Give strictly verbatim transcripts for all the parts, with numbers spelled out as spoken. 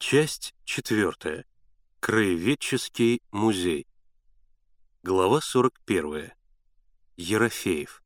Часть четвертая. Краеведческий музей. Глава сорок первая. Ерофеев.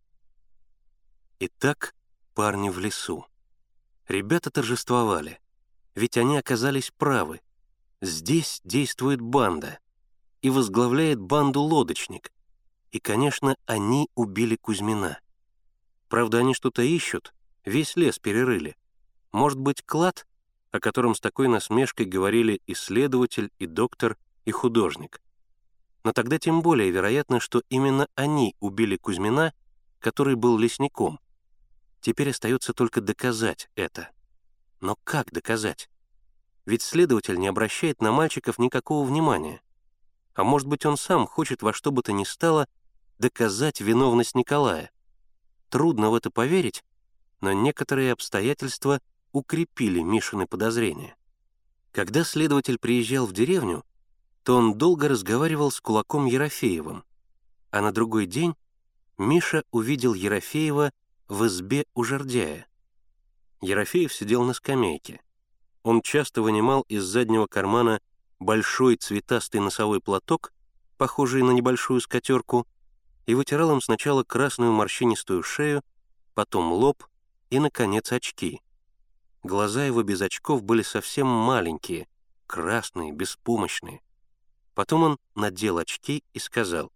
Итак, парни в лесу. Ребята торжествовали, ведь они оказались правы. Здесь действует банда, и возглавляет банду лодочник. И, конечно, они убили Кузьмина. Правда, они что-то ищут, весь лес перерыли. Может быть, клад, о котором с такой насмешкой говорили исследователь, и доктор, и художник. Но тогда тем более вероятно, что именно они убили Кузьмина, который был лесником. Теперь остается только доказать это. Но как доказать? Ведь следователь не обращает на мальчиков никакого внимания. А может быть, он сам хочет во что бы то ни стало доказать виновность Николая. Трудно в это поверить, но некоторые обстоятельства укрепили Мишины подозрения. Когда следователь приезжал в деревню, то он долго разговаривал с кулаком Ерофеевым, а на другой день Миша увидел Ерофеева в избе у жердяя. Ерофеев сидел на скамейке. Он часто вынимал из заднего кармана большой цветастый носовой платок, похожий на небольшую скатерку, и вытирал им сначала красную морщинистую шею, потом лоб и, наконец, очки. Глаза его без очков были совсем маленькие, красные, беспомощные. Потом он надел очки и сказал: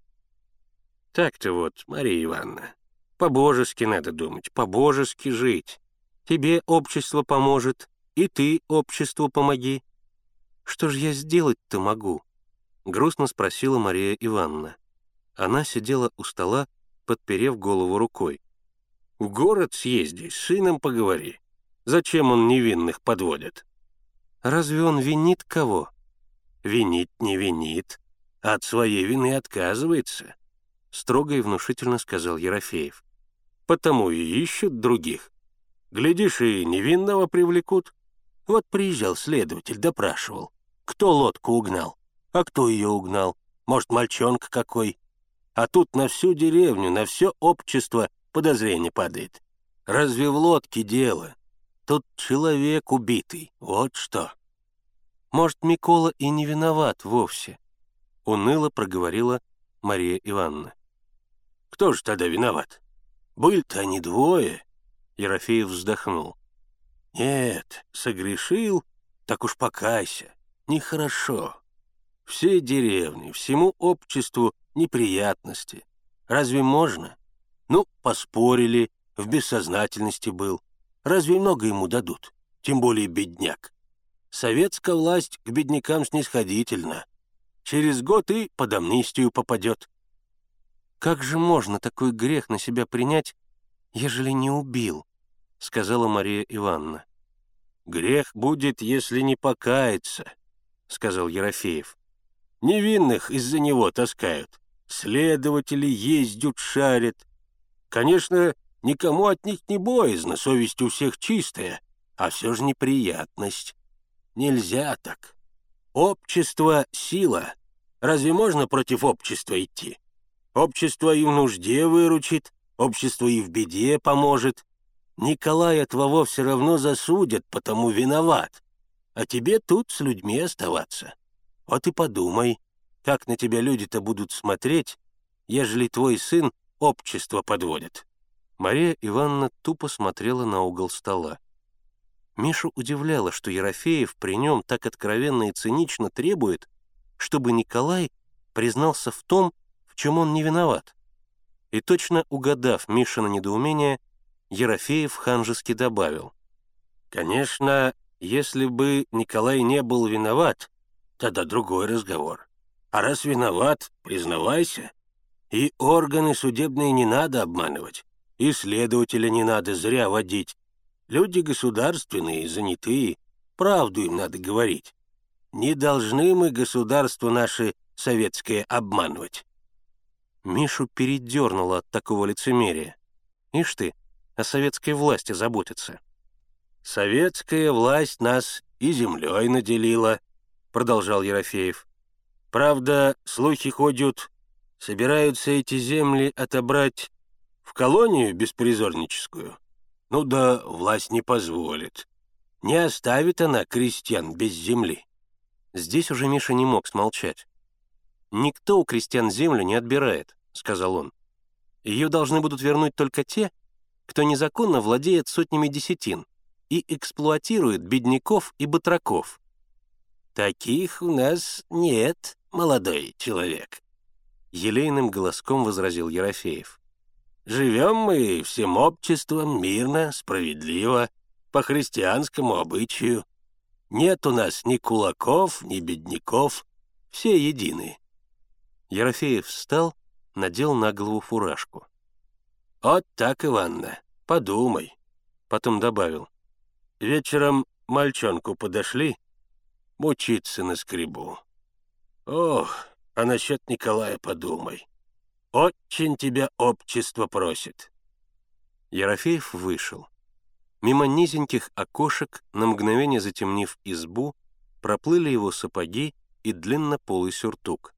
«Так-то вот, Мария Ивановна, по-божески надо думать, по-божески жить. Тебе общество поможет, и ты обществу помоги». «Что же я сделать-то могу?» — грустно спросила Мария Ивановна. Она сидела у стола, подперев голову рукой. «В город съезди, с сыном поговори. Зачем он невинных подводит?» «Разве он винит кого?» «Винить не винит, а от своей вины отказывается», — строго и внушительно сказал Ерофеев. «Потому и ищут других. Глядишь, и невинного привлекут. Вот приезжал следователь, допрашивал. Кто лодку угнал? А кто ее угнал? Может, мальчонка какой? А тут на всю деревню, на все общество подозрение падает. Разве в лодке дело? Тут человек убитый, вот что». «Может, Микола и не виноват вовсе?» — уныло проговорила Мария Ивановна. «Кто же тогда виноват? Были-то они двое». Ерофеев вздохнул. «Нет, согрешил, так уж покайся. Нехорошо. Всей деревне, всему обществу неприятности. Разве можно? Ну, поспорили, в бессознательности был. Разве много ему дадут? Тем более бедняк. Советская власть к беднякам снисходительна. Через год и под амнистию попадет». «Как же можно такой грех на себя принять, ежели не убил?» — сказала Мария Ивановна. «Грех будет, если не покаяться», — сказал Ерофеев. «Невинных из-за него таскают. Следователи ездят, шарят. Конечно, никому от них не боязно, совесть у всех чистая, а все же неприятность. Нельзя так. Общество — сила. Разве можно против общества идти? Общество и в нужде выручит, общество и в беде поможет. Николая твоего все равно засудят, потому виноват. А тебе тут с людьми оставаться. Вот и подумай, как на тебя люди-то будут смотреть, ежели твой сын общество подводит». Мария Ивановна тупо смотрела на угол стола. Мишу удивляло, что Ерофеев при нем так откровенно и цинично требует, чтобы Николай признался в том, в чем он не виноват. И точно угадав Мишино недоумение, Ерофеев ханжески добавил: «Конечно, если бы Николай не был виноват, тогда другой разговор. А раз виноват, признавайся. И органы судебные не надо обманывать, и следователя не надо зря водить. Люди государственные, занятые, правду им надо говорить. Не должны мы государство наше советское обманывать». Мишу передернуло от такого лицемерия. Ишь ты, о советской власти заботится. «Советская власть нас и землей наделила», — продолжал Ерофеев. «Правда, слухи ходят, собираются эти земли отобрать в колонию беспризорническую. Ну да, власть не позволит. Не оставит она крестьян без земли». Здесь уже Миша не мог смолчать. «Никто у крестьян землю не отбирает», — сказал он. «Ее должны будут вернуть только те, кто незаконно владеет сотнями десятин и эксплуатирует бедняков и батраков». «Таких у нас нет, молодой человек», — елейным голоском возразил Ерофеев. «Живем мы всем обществом мирно, справедливо, по христианскому обычаю. Нет у нас ни кулаков, ни бедняков, все едины». Ерофеев встал, надел на голову фуражку. «Вот так, Иванна, подумай». Потом добавил. «Вечером мальчонку подошли, мучиться на скребу. Ох, а насчет Николая подумай. Очень тебя общество просит». Ерофеев вышел. Мимо низеньких окошек, на мгновение затемнив избу, проплыли его сапоги и длиннополый сюртук.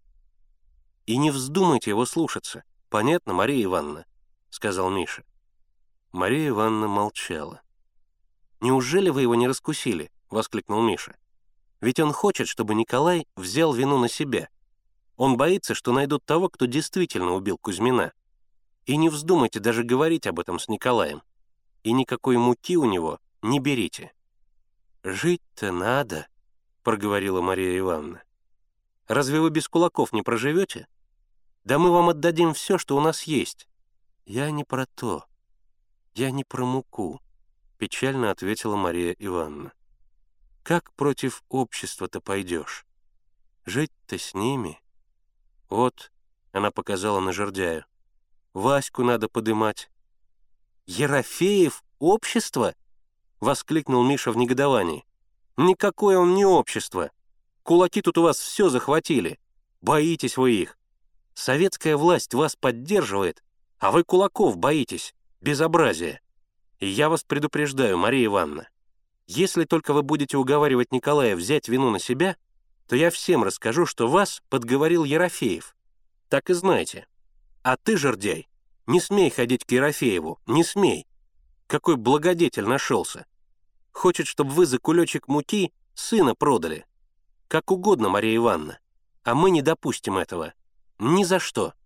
«И не вздумайте его слушаться, понятно, Мария Ивановна?» — сказал Миша. Мария Ивановна молчала. «Неужели вы его не раскусили?» — воскликнул Миша. «Ведь он хочет, чтобы Николай взял вину на себя. Он боится, что найдут того, кто действительно убил Кузьмина. И не вздумайте даже говорить об этом с Николаем. И никакой муки у него не берите». «Жить-то надо», — проговорила Мария Ивановна. «Разве вы без кулаков не проживете? Да мы вам отдадим все, что у нас есть». «Я не про то. Я не про муку», — печально ответила Мария Ивановна. «Как против общества-то пойдешь? Жить-то с ними. Вот», — она показала на жердяю, — «Ваську надо подымать». «Ерофеев общество?» — воскликнул Миша в негодовании. «Никакое он не общество. Кулаки тут у вас все захватили. Боитесь вы их. Советская власть вас поддерживает, а вы кулаков боитесь. Безобразие. И я вас предупреждаю, Мария Ивановна, если только вы будете уговаривать Николая взять вину на себя, то я всем расскажу, что вас подговорил Ерофеев. Так и знайте. А ты, жердяй, не смей ходить к Ерофееву, не смей. Какой благодетель нашелся. Хочет, чтобы вы за кулечек муки сына продали. Как угодно, Мария Ивановна. А мы не допустим этого. Ни за что».